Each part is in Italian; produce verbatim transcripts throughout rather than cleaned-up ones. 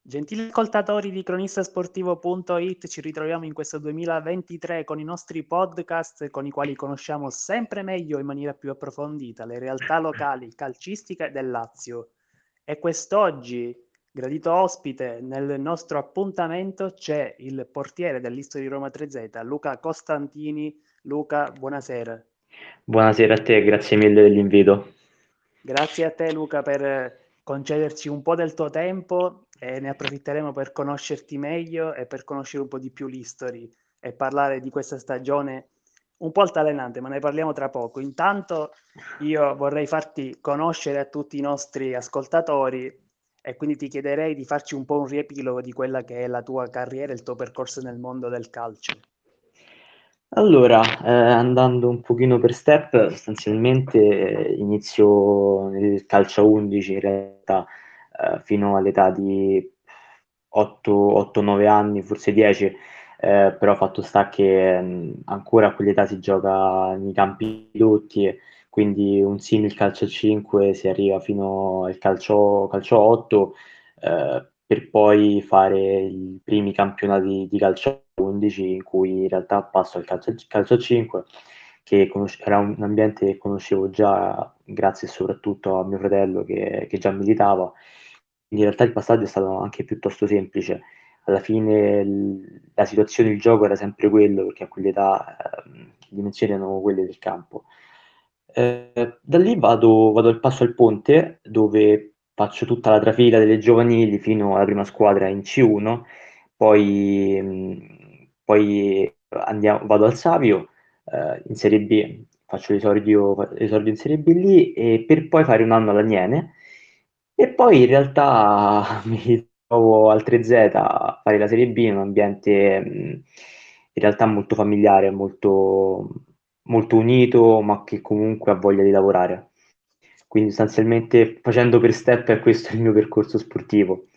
Gentili ascoltatori di cronistasportivo punto it, ci ritroviamo in questo duemilaventitré con i nostri podcast con i quali conosciamo sempre meglio in maniera più approfondita le realtà locali calcistiche del Lazio. E quest'oggi, gradito ospite nel nostro appuntamento, c'è il portiere dell'Isto di Roma tre Z, Luca Costantini. Luca, buonasera. Buonasera a te, grazie mille dell'invito. Grazie a te Luca per concederci un po' del tuo tempo e ne approfitteremo per conoscerti meglio e per conoscere un po' di più l'History e parlare di questa stagione un po' altalenante, ma ne parliamo tra poco. Intanto io vorrei farti conoscere a tutti i nostri ascoltatori e quindi ti chiederei di farci un po' un riepilogo di quella che è la tua carriera e il tuo percorso nel mondo del calcio. Allora, eh, andando un pochino per step, sostanzialmente eh, inizio nel calcio a undici in realtà eh, fino all'età di otto nove anni, forse dieci, eh, però fatto sta che mh, ancora a quell'età si gioca nei campi ridotti, e quindi un simil calcio a cinque si arriva fino al calcio, calcio a otto, eh, per poi fare i primi campionati di calcio a undici in cui in realtà passo al calcio, calcio a cinque, che conosce- era un ambiente che conoscevo già grazie soprattutto a mio fratello che, che già militava. Quindi in realtà il passaggio è stato anche piuttosto semplice. Alla fine il- la situazione del gioco era sempre quello, perché a quell'età ehm, le dimensioni erano quelle del campo. Eh, da lì vado, vado al Passo al Ponte, dove faccio tutta la trafila delle giovanili fino alla prima squadra in C uno, poi, mh, poi andiamo- vado al Savio, eh, in Serie B, faccio l'esordio, l'esordio in Serie B lì, e per poi fare un anno all'Aniene, e poi in realtà mi trovo al tre Z a fare la Serie B in un ambiente mh, in realtà molto familiare, molto, molto unito, ma che comunque ha voglia di lavorare. Quindi sostanzialmente facendo per step è questo il mio percorso sportivo.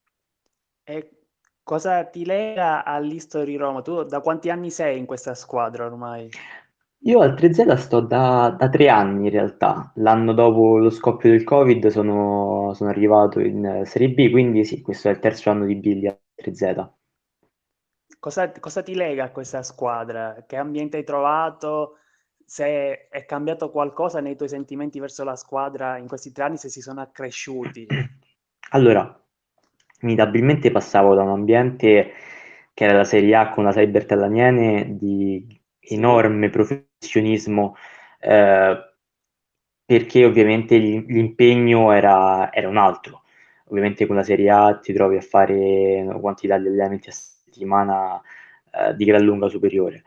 E cosa ti lega all'History Roma? Tu da quanti anni sei in questa squadra ormai? Io al tre Z sto da, da tre anni in realtà. L'anno dopo lo scoppio del Covid sono, sono arrivato in eh, Serie B, quindi sì, questo è il terzo anno di Billy al tre Z. Cosa, cosa ti lega a questa squadra? Che ambiente hai trovato? Se è cambiato qualcosa nei tuoi sentimenti verso la squadra in questi tre anni, se si sono accresciuti? Allora, inevitabilmente passavo da un ambiente che era la Serie A con la Cyber Tallaniene di Sì? enorme professionismo, eh, perché ovviamente l'i- l'impegno era, era un altro. Ovviamente con la Serie A ti trovi a fare una quantità di allenamenti a settimana eh, di gran lunga superiore.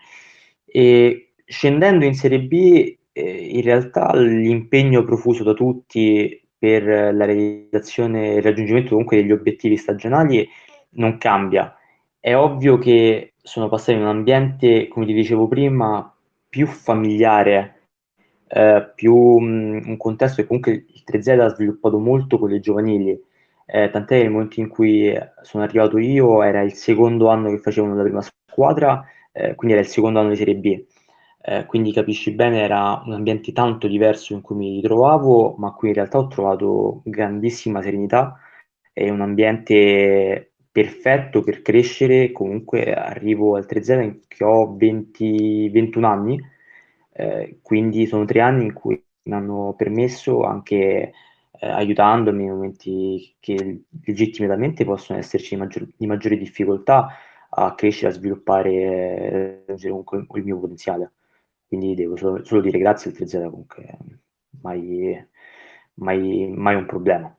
E scendendo in Serie B, eh, in realtà l'impegno profuso da tutti per la realizzazione e il raggiungimento comunque degli obiettivi stagionali non cambia. È ovvio che sono passati in un ambiente, come ti dicevo prima, più familiare, eh, più mh, un contesto che comunque il tre Z ha sviluppato molto con le giovanili. Eh, tant'è che nel momento in cui sono arrivato io era il secondo anno che facevano la prima squadra, eh, quindi era il secondo anno di Serie B. Eh, quindi capisci bene, era un ambiente tanto diverso in cui mi ritrovavo, ma qui in realtà ho trovato grandissima serenità e un ambiente perfetto per crescere. Comunque arrivo al tre Z che ho venti ventuno anni, eh, quindi sono tre anni in cui mi hanno permesso, anche eh, aiutandomi nei momenti che legittimamente possono esserci di, maggior- di maggiori difficoltà, a crescere, a sviluppare e raggiungere comunque il mio potenziale. Quindi devo solo, solo dire grazie al tre Z, comunque mai, mai, mai un problema.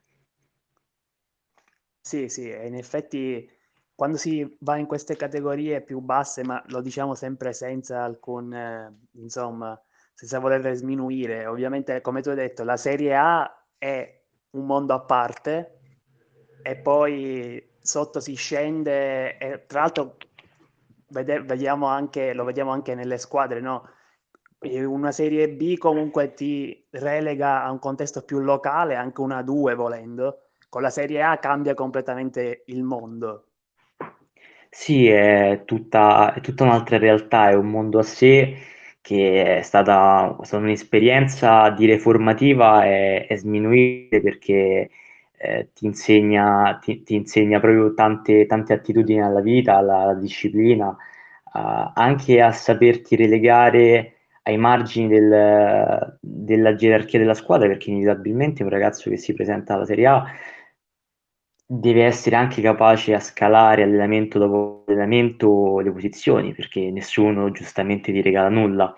Sì, sì, e in effetti quando si va in queste categorie più basse, ma lo diciamo sempre senza alcun, eh, insomma, senza voler sminuire, ovviamente come tu hai detto, la Serie A è un mondo a parte e poi sotto si scende e tra l'altro vede- vediamo anche, lo vediamo anche nelle squadre, no? E una Serie B comunque ti relega a un contesto più locale, anche una due volendo. Con la Serie A cambia completamente il mondo. Sì, è tutta, è tutta un'altra realtà, è un mondo a sé che è stata, è stata un'esperienza dire formativa e, e sminuire, perché eh, ti insegna, ti, ti insegna proprio tante, tante attitudini alla vita, alla, alla disciplina, a- anche a saperti relegare ai margini del- della gerarchia della squadra, perché inevitabilmente un ragazzo che si presenta alla Serie A deve essere anche capace a scalare allenamento dopo allenamento le posizioni, perché nessuno giustamente ti regala nulla.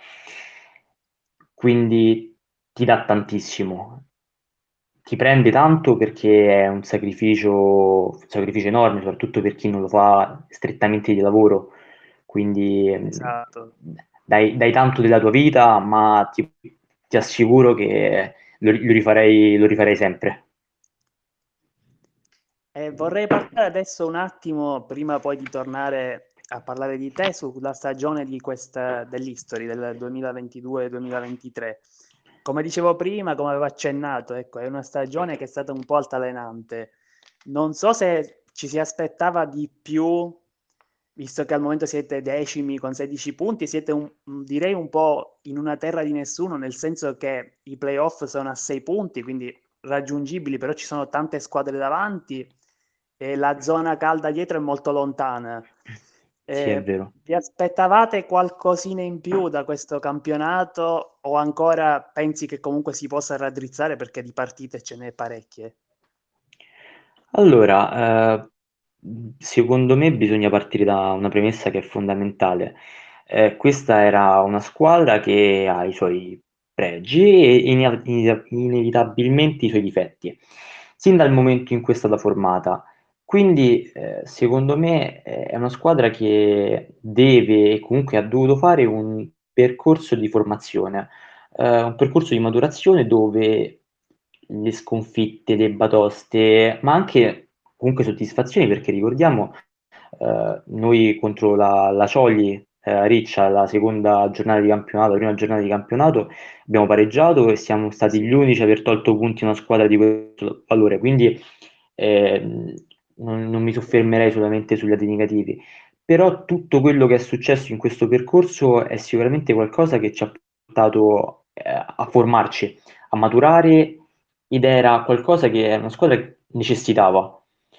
Quindi ti dà tantissimo. Ti prende tanto perché è un sacrificio, un sacrificio enorme, soprattutto per chi non lo fa strettamente di lavoro. Quindi ehm, Esatto. dai, dai tanto della tua vita, ma ti, ti assicuro che lo, lo rifarei, lo rifarei sempre. E vorrei parlare adesso un attimo, prima poi di tornare a parlare di te, sulla stagione di questa, dell'History del duemilaventidue-duemilaventitré. Come dicevo prima, come avevo accennato, ecco, è una stagione che è stata un po' altalenante. Non so se ci si aspettava di più, visto che al momento siete decimi con sedici punti, siete un, direi un po' in una terra di nessuno, nel senso che i playoff sono a sei punti, quindi raggiungibili, però ci sono tante squadre davanti e la zona calda dietro è molto lontana. Sì, è Eh, vero. vi aspettavate qualcosina in più da questo campionato o ancora pensi che comunque si possa raddrizzare perché di partite ce n'è parecchie? Allora, eh, secondo me bisogna partire da una premessa che è fondamentale. Eh, questa era una squadra che ha i suoi pregi e ine- ine- inevitabilmente i suoi difetti, sin dal momento in cui è stata formata. Quindi, eh, secondo me, eh, è una squadra che deve e comunque ha dovuto fare un percorso di formazione, eh, un percorso di maturazione dove le sconfitte, le batoste, ma anche comunque soddisfazioni, perché ricordiamo, eh, noi contro la, la Cioli, eh, a Riccia, la seconda giornata di campionato, la prima giornata di campionato, abbiamo pareggiato e siamo stati Sì. gli unici a aver tolto punti a una squadra di questo valore, quindi ehm, non, non mi soffermerei solamente sui lati negativi. Però tutto quello che è successo in questo percorso è sicuramente qualcosa che ci ha portato eh, a formarci, a maturare ed era qualcosa che una squadra necessitava.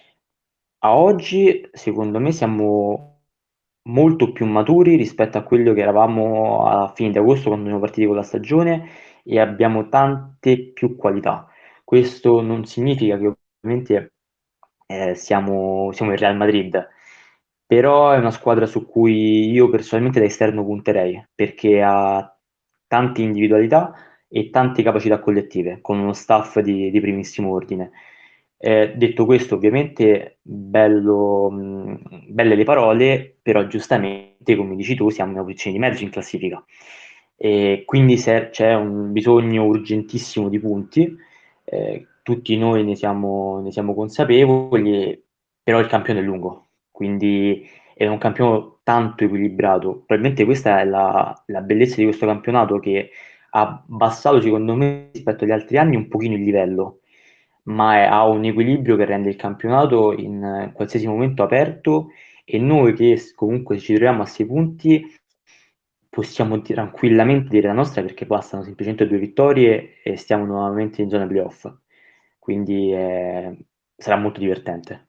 A oggi, secondo me, siamo molto più maturi rispetto a quello che eravamo a fine di agosto quando siamo partiti con la stagione e abbiamo tante più qualità. Questo non significa che ovviamente eh, siamo, siamo il Real Madrid, però è una squadra su cui io personalmente da esterno punterei perché ha tante individualità e tante capacità collettive, con uno staff di, di primissimo ordine. Eh, detto questo, ovviamente, bello, mh, belle le parole, però giustamente, come dici tu, siamo in una posizione di mezzo in classifica. E quindi se c'è un bisogno urgentissimo di punti, eh, tutti noi ne siamo, ne siamo consapevoli, però il campione è lungo, quindi è un campionato tanto equilibrato. Probabilmente questa è la, la bellezza di questo campionato che ha abbassato, secondo me, rispetto agli altri anni un pochino il livello, ma è- ha un equilibrio che rende il campionato in eh, qualsiasi momento aperto e noi che s- comunque ci troviamo a sei punti possiamo di- tranquillamente dire la nostra perché bastano semplicemente due vittorie e stiamo nuovamente in zona playoff. Quindi eh, sarà molto divertente.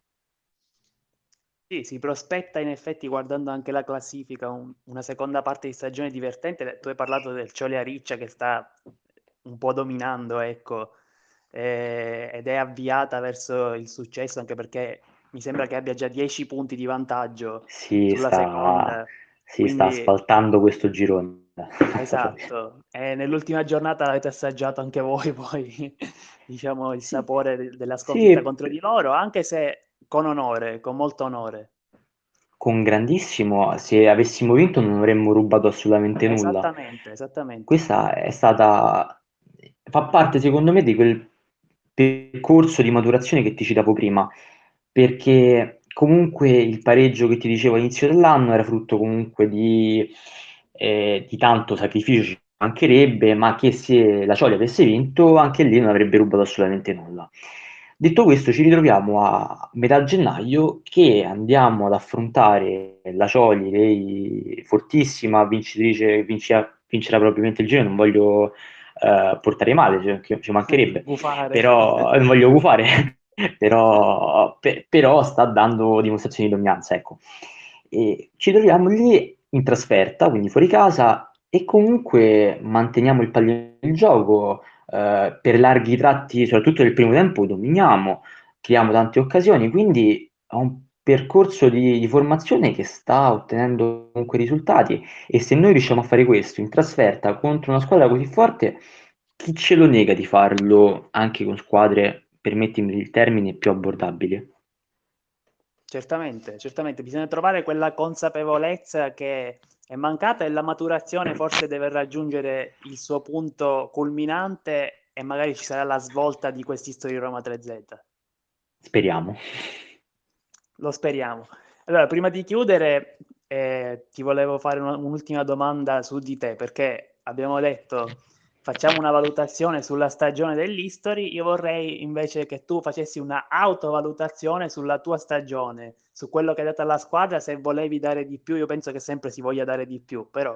Sì, si prospetta in effetti guardando anche la classifica un- una seconda parte di stagione divertente. Tu hai parlato del Ciole a Riccia che sta un po' dominando, ecco, eh, ed è avviata verso il successo anche perché mi sembra che abbia già dieci punti di vantaggio Si sulla sta, seconda. si sta Quindi asfaltando questo girone. esatto, e nell'ultima giornata l'avete assaggiato anche voi poi, diciamo, il Sì, sapore de- della sconfitta sì, contro di loro, anche se con onore, con molto onore. con grandissimo, se avessimo vinto non avremmo rubato assolutamente nulla. Esattamente, esattamente. Questa è stata, fa parte secondo me di quel percorso di maturazione che ti citavo prima, perché comunque il pareggio che ti dicevo all'inizio dell'anno era frutto comunque di, eh, di tanto sacrificio, ci mancherebbe, ma che se la Cioli avesse vinto anche lì non avrebbe rubato assolutamente nulla. Detto questo, ci ritroviamo a metà gennaio che andiamo ad affrontare la Cioli, lei fortissima, vincitrice, vincerà, vincerà probabilmente il giro, non voglio eh, portare male, cioè, che ci mancherebbe, Gufare. però non voglio gufare, però, pe- però sta dando dimostrazioni di dominanza, ecco. E ci troviamo lì in trasferta, quindi fuori casa, e comunque manteniamo il pallino del gioco, eh, per larghi tratti, soprattutto nel primo tempo, dominiamo, creiamo tante occasioni, quindi è un percorso di, di formazione che sta ottenendo comunque risultati, e se noi riusciamo a fare questo in trasferta contro una squadra così forte, chi ce lo nega di farlo anche con squadre, permettimi il termine, più abbordabili? Certamente, certamente, bisogna trovare quella consapevolezza che è mancata e la maturazione forse deve raggiungere il suo punto culminante e magari ci sarà la svolta di quest'History Roma tre Z. Speriamo. Lo speriamo. Allora, prima di chiudere, eh, ti volevo fare una- un'ultima domanda su di te, perché abbiamo detto facciamo una valutazione sulla stagione dell'History. Io vorrei invece che tu facessi una autovalutazione sulla tua stagione, su quello che hai dato alla squadra, se volevi dare di più. Io penso che sempre si voglia dare di più, però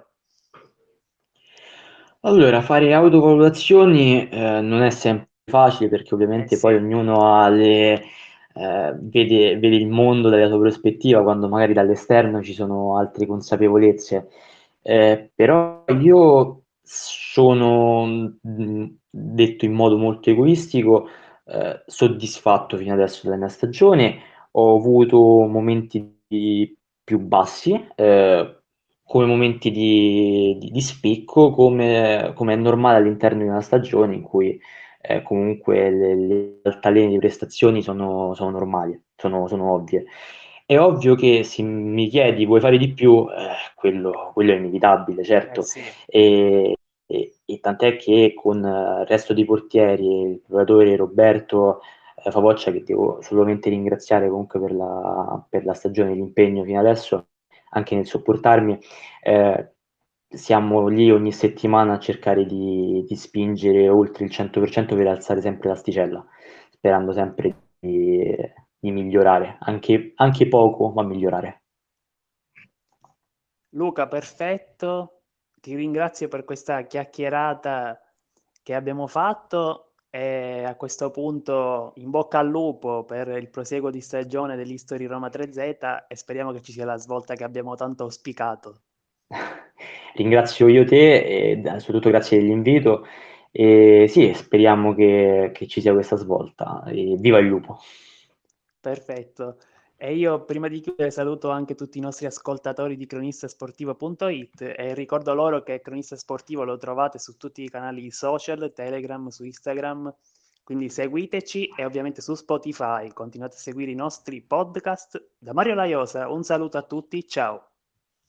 Allora, fare autovalutazioni eh, non è sempre facile, perché eh ovviamente poi sì, ognuno ha le, eh, vede, vede il mondo dalla sua prospettiva, quando magari dall'esterno ci sono altre consapevolezze. Eh, però io sono, mh, detto in modo molto egoistico, eh, soddisfatto fino adesso della mia stagione. Ho avuto momenti di- più bassi, eh, come momenti di, di- di spicco, come, come è normale all'interno di una stagione in cui eh, comunque le, le altalene di prestazioni sono, sono normali, sono, sono ovvie. È ovvio che se mi chiedi vuoi fare di più, eh, quello, quello è inevitabile, eh certo, sì. e, e- e tant'è che con eh, il resto dei portieri, il procuratore Roberto eh, Favoccia, che devo solamente ringraziare comunque per la, per la stagione, l'impegno fino adesso, anche nel sopportarmi, eh, siamo lì ogni settimana a cercare di, di spingere oltre il cento per cento per alzare sempre l'asticella, sperando sempre di, di migliorare, anche, anche poco, ma migliorare. Luca, perfetto. Ti ringrazio per questa chiacchierata che abbiamo fatto e a questo punto in bocca al lupo per il proseguo di stagione dell'History Roma tre Z e speriamo che ci sia la svolta che abbiamo tanto auspicato. Ringrazio io te e soprattutto grazie dell'invito, e sì, speriamo che, che ci sia questa svolta. E viva il lupo! Perfetto. E io prima di chiudere saluto anche tutti i nostri ascoltatori di cronistasportivo punto it e ricordo loro che Cronista Sportivo lo trovate su tutti i canali social, Telegram, su Instagram, quindi seguiteci e ovviamente su Spotify. Continuate a seguire i nostri podcast. Da Mario Laiosa, un saluto a tutti, ciao.